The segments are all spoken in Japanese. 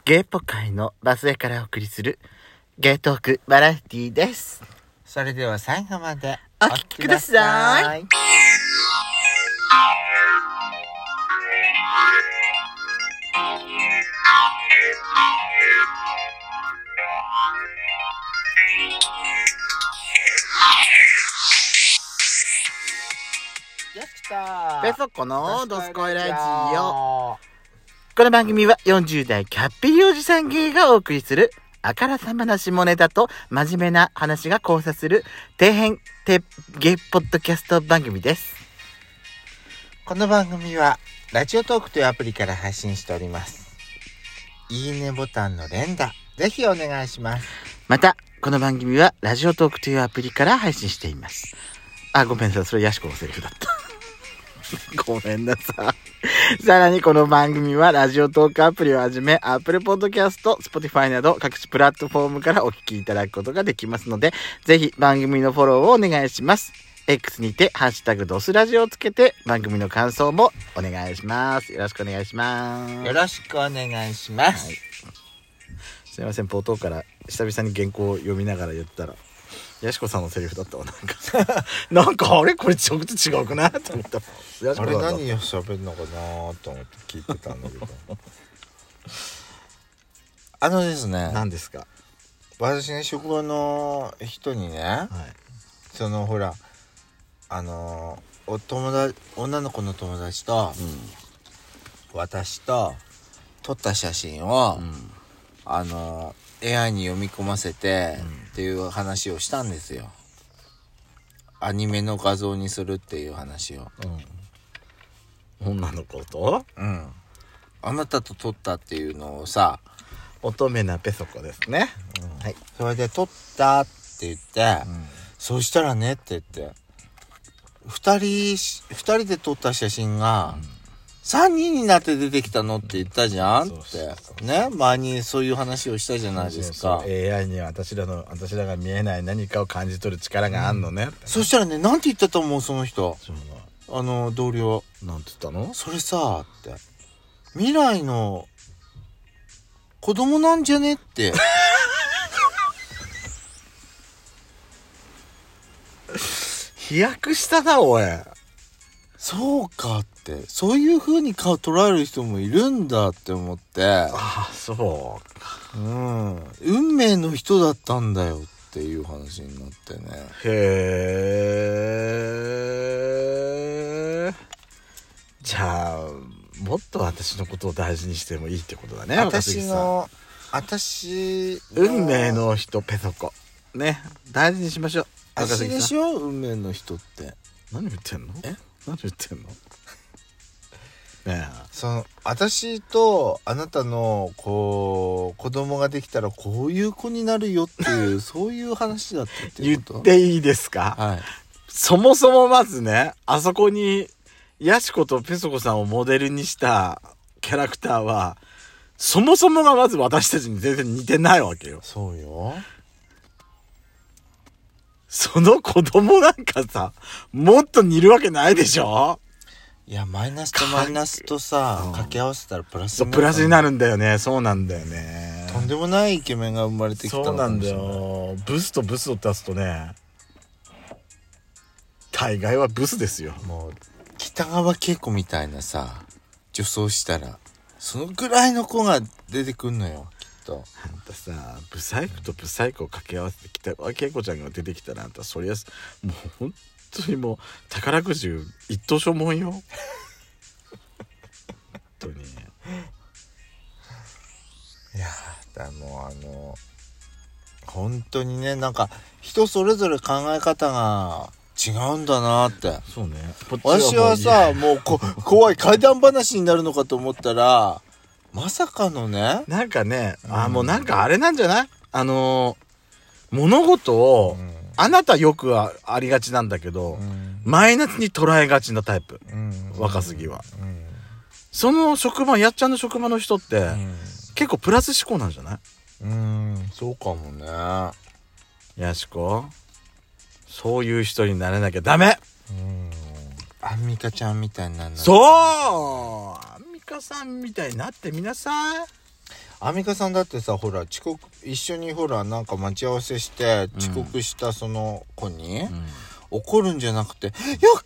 ゲイポ界のバスへからお送りするゲイトークバラエティです。 それでは最後までお聞きください。ペソコのドスコイラジオ。この番組は40代キャッピリおじさんゲイがお送りするあからさまな下ネタと真面目な話が交差する底辺ゲイポッドキャスト番組です。 この番組はラジオトークというアプリから配信しております。いいねボタンの連打ぜひお願いします。 またこの番組はラジオトークというアプリから配信しています。ごめんなさい、それヤシコのセリフだったごめんなさい。さらにこの番組はラジオトークアプリをはじめ Apple Podcast、Spotify など各種プラットフォームからお聞きいただくことができますので、ぜひ番組のフォローをお願いします。X にてハッシュタグドスラジオをつけて番組の感想もお願いします。よろしくお願いします。 よろしくお願いします、 はい、すいません、冒頭から久々に原稿を読みながら言ったらヤシコさんのセリフだったわ。なんかあれこれちょっと違うくないと思った。 あれ何を喋るのかなと思って聞いてたんだけどですね、 何ですか。 私ね、職場の人にね、 はい、 そのほら女の子の友達と、私と撮った写真を、AI に読み込ませて、っていう話をしたんですよ。アニメの画像にするっていう話を、 女の子と、 あなたと撮ったっていうのをさ、 乙女なペソコですね、はい、 それで撮ったって言って、そうしたらねって言って2人で撮った写真が、3人になって出てきたのって言ったじゃんってね、前にそういう話をしたじゃないですか。 そう AI には私らが見えない何かを感じ取る力があんのね、 そしたらね、なんて言ったと思う、その人、同僚。 なんて言ったの？ それさって未来の子供なんじゃねって飛躍したなおい。 そうかって、そういう風に捉える人もいるんだって思って、 そうか、 運命の人だったんだよっていう話になってね。 へー、じゃあもっと私のことを大事にしてもいいってことだね。 私運命の人ペソコね、大事にしましょう。 私でしょ、運命の人って。 何言ってんの？何言ってんの？ねえ、 私とあなたの子供ができたらこういう子になるよっていうそういう話だったっていうこと。 言っていいですか？はい。そもそもまずね、あそこにヤシコとペソコさんをモデルにしたキャラクターはそもそもがまず私たちに全然似てないわけよ。 そうよ。 その子供なんかさ、もっと似るわけないでしょ。 いや、マイナスとマイナスとさ、掛け合わせたらプラスになる。 プラスになるんだよね。そうなんだよね。 とんでもないイケメンが生まれてきたのかもしれない。 そうなんだよ。ブスとブスを足すとね、大概はブスですよ。 もう北川景子みたいなさ、女装したらそのぐらいの子が出てくんのよ、きっと。 あんたさ、ブサイクとブサイクを掛け合わせて北川景子ちゃんが出てきたら、あんたそりゃもう本当にもう宝くじ一等賞もんよ本当に。 いやだ、もう本当にね、なんか人それぞれ考え方が違うんだなって。 そうね。 私はさ、もう怖い怪談話になるのかと思ったら、まさかのね。 なんかね、もうなんかあれなんじゃない？物事を、あなたよくありがちなんだけど、マイナスに捉えがちなタイプ。若杉は。そのやっちゃんの職場の人って、結構プラス思考なんじゃない？ そうかもね。 やしこ、そういう人になれなきゃダメ。 アンミカちゃんみたいになる。 そう、アンミカさんみたいになってみなさい。 アンミカさんだってさ、ほら遅刻一緒にほらなんか待ち合わせして遅刻したその子に、怒るんじゃなくて、よかった事故に遭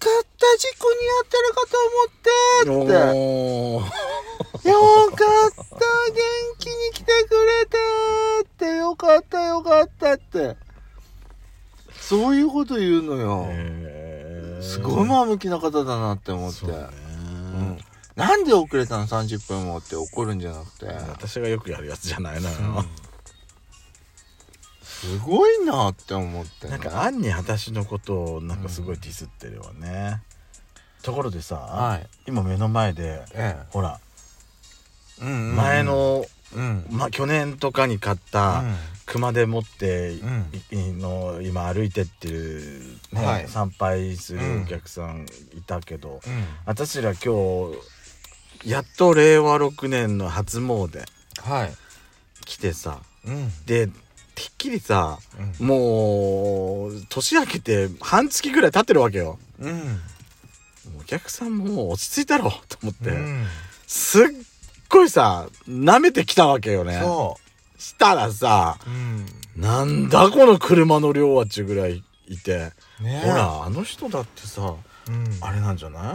ってるかと思ってってよかった元気に来てくれてってよかったってそういうこと言うのよ。すごい前向きな方だなって思って、なんで遅れたの30分もって怒るんじゃなくて、 私がよくやるやつじゃないのよ、 すごいなって思って、 なんか暗に私のことをなんかすごいディスってるわね、ところでさ、今目の前で、ほら、前の、去年とかに買った熊手持って、今歩いてってる、参拝するお客さんいたけど、私ら今日やっと令和6年の初詣来てさ、でてっきりさ、もう年明けて半月ぐらい経ってるわけよ、お客さんも落ち着いたろと思って、すっごいさ舐めてきたわけよね。したらさ、なんだこの車の量はっちゅうぐらいいて、ほらあの人だってさ、あれなんじゃない、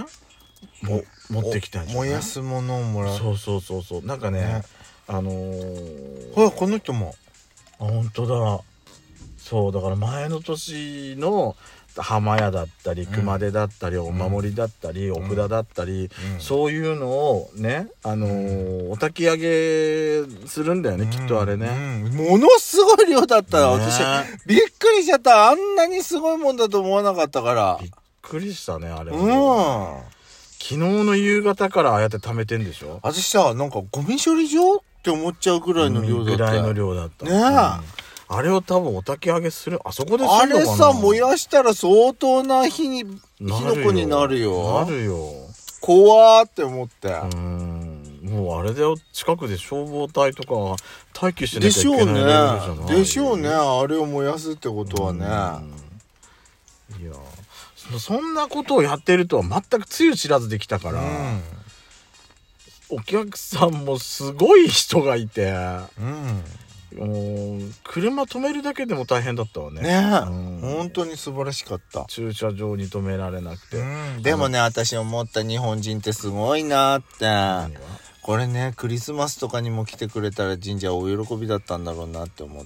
持ってきたんじゃない、 燃やすものをもらう。 そうなんかね、 ほらこの人も、 本当だ、そうだから前の年の浜屋だったり熊手だったりお守りだったりお札だったり、そういうのをね、お焚き上げするんだよね、きっとあれね、 ものすごい量だったよ、私びっくりしちゃった。あんなにすごいもんだと思わなかったから。 びっくりしたねあれ、昨日の夕方からああやって貯めてんでしょ。 私さ、なんかゴミ処理場って思っちゃうぐらいの量だった。 ぐらいの量だったねあれを多分お焚き上げする、あそこでするのかな。 あれさ燃やしたら相当な火の粉になるよ。怖ーって思って。 もうあれだよ、近くで消防隊とか待機してなきゃいけないレベルじゃないでしょうね。あれを燃やすってことはね。 いやそんなことをやってるとは全くつゆ知らずできたから、お客さんもすごい人がいて、車止めるだけでも大変だったわね。 本当に素晴らしかった。 駐車場に止められなくて、 でもね、私思った、日本人ってすごいなって。これね、クリスマスとかにも来てくれたら神社大喜びだったんだろうなって思って。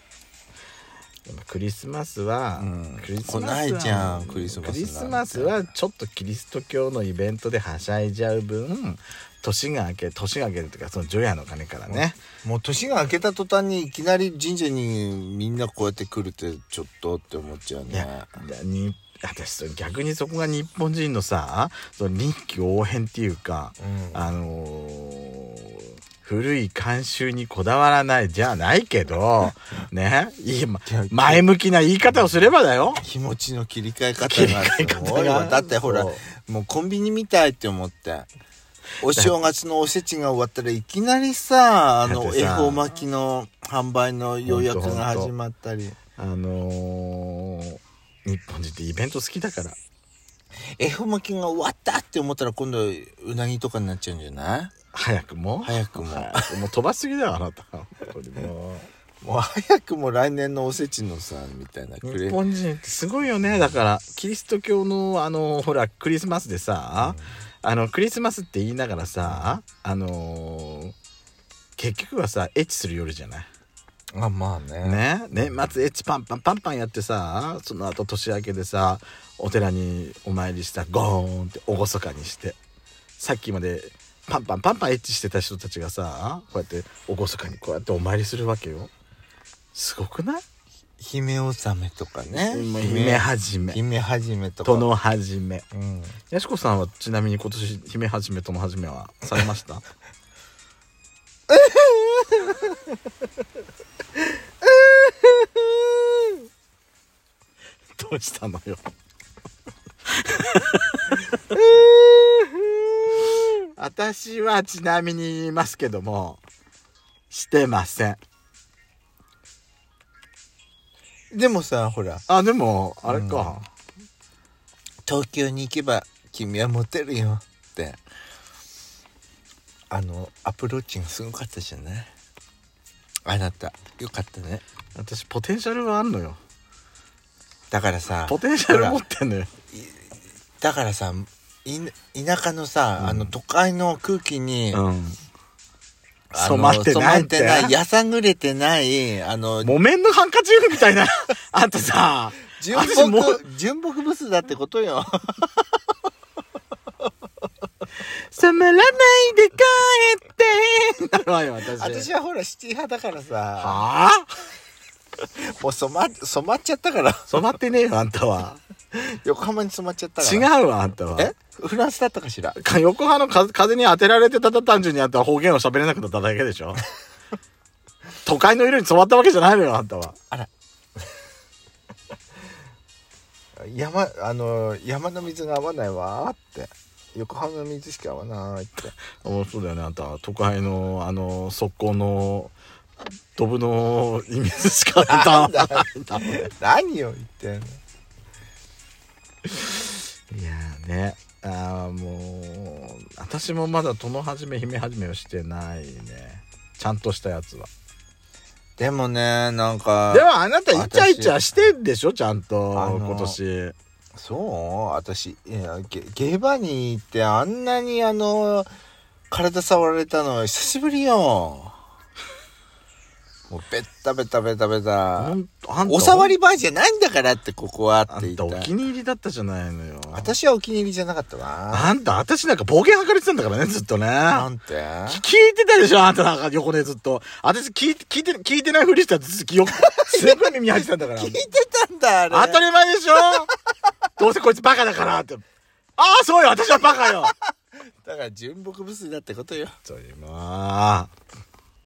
クリスマスは、 来ないじゃん。クリスマスはちょっとキリスト教のイベントではしゃいじゃう分、年が明けるというか、その除夜の鐘からね、 もう年が明けた途端にいきなり神社にみんなこうやって来るってちょっとって思っちゃうね。 私逆にそこが日本人のさ、その臨機応変っていうか、古い慣習にこだわらないじゃないけどね、前向きな言い方をすればだよ、 気持ちの切り替え方がすごいわ。だってほら、もうコンビニみたいって思って、お正月のおせちが終わったらいきなりさ、恵方巻きの販売の予約が始まったり、 日本人ってイベント好きだから、 恵方巻きが終わったって思ったら今度うなぎとかになっちゃうんじゃない？ 早くももう飛ばしすぎだよあなたもう早くも来年のおせちのさみたいな。 日本人ってすごいよね。だからキリスト教のほらクリスマスでさ、クリスマスって言いながらさ、結局はさエッチする夜じゃない。 まあね。 年末エッチパンパンやってさ、その後年明けでさお寺にお参りしたゴーンって厳かにして、さっきまでパンパンエッチしてた人たちがさ、こうやって厳かにこうやってお参りするわけよ。すごくない？ 姫納めとかね。 姫始めとか。 殿始め。やしこさんはちなみに今年姫始め殿始めはされました？どうしたのよ。私はちなみに言いますけども、してません。 でもさ、ほら。 でもあれか、 東京に行けば君はモテるよって。 アプローチがすごかったじゃない。あなたよかったね。 私ポテンシャルはあんのよ。 だからさ、 ポテンシャル持ってんのよ。 だからさ、田舎のさ、都会の空気に、染まってないやさぐれてない木綿のハンカチーフみたいなあんたさ、 純木ブスだってことよ。 染まらないで帰ってなるわよ私はほらシティ派だからさ。 はぁ、 もう染まっちゃったから。 染まってねえよあんたは。 横浜に染まっちゃったから。 違うわあんたは。 フランスだったかしら。 横浜の風に当てられてただ単純にあんたは方言を喋れなくなっただけでしょ。都会の色に染まったわけじゃないのよあんたは。 あら。山の水が合わないわーって。横浜の水しか合わないって。 そうだよねあんた。都会の側溝のドブのイメージしか合わない。何を言ってんの。 いやね、もう私もまだ殿始め姫始めをしてないね、ちゃんとしたやつは。 でもね、なんかでもあなたイチャイチャしてんでしょちゃんと今年。 そう私ゲーバーに行ってあんなに体触られたの久しぶりよ。もうベタベタベタベタ。お触り場合じゃないんだからってここはって言った。 あんたお気に入りだったじゃないのよ。 私はお気に入りじゃなかったわ。 あんた私なんか暴言吐かれてたんだからねずっとね。 なんて聞いてたでしょあんたなんか横でずっと。私聞いてないふりしたらすごい耳入ってたんだから。 聞いてたんだあれ。 当たり前でしょどうせこいつバカだからって。ああそうよ私はバカよ。 だから純木ブスだってことよ。 そういうまあ。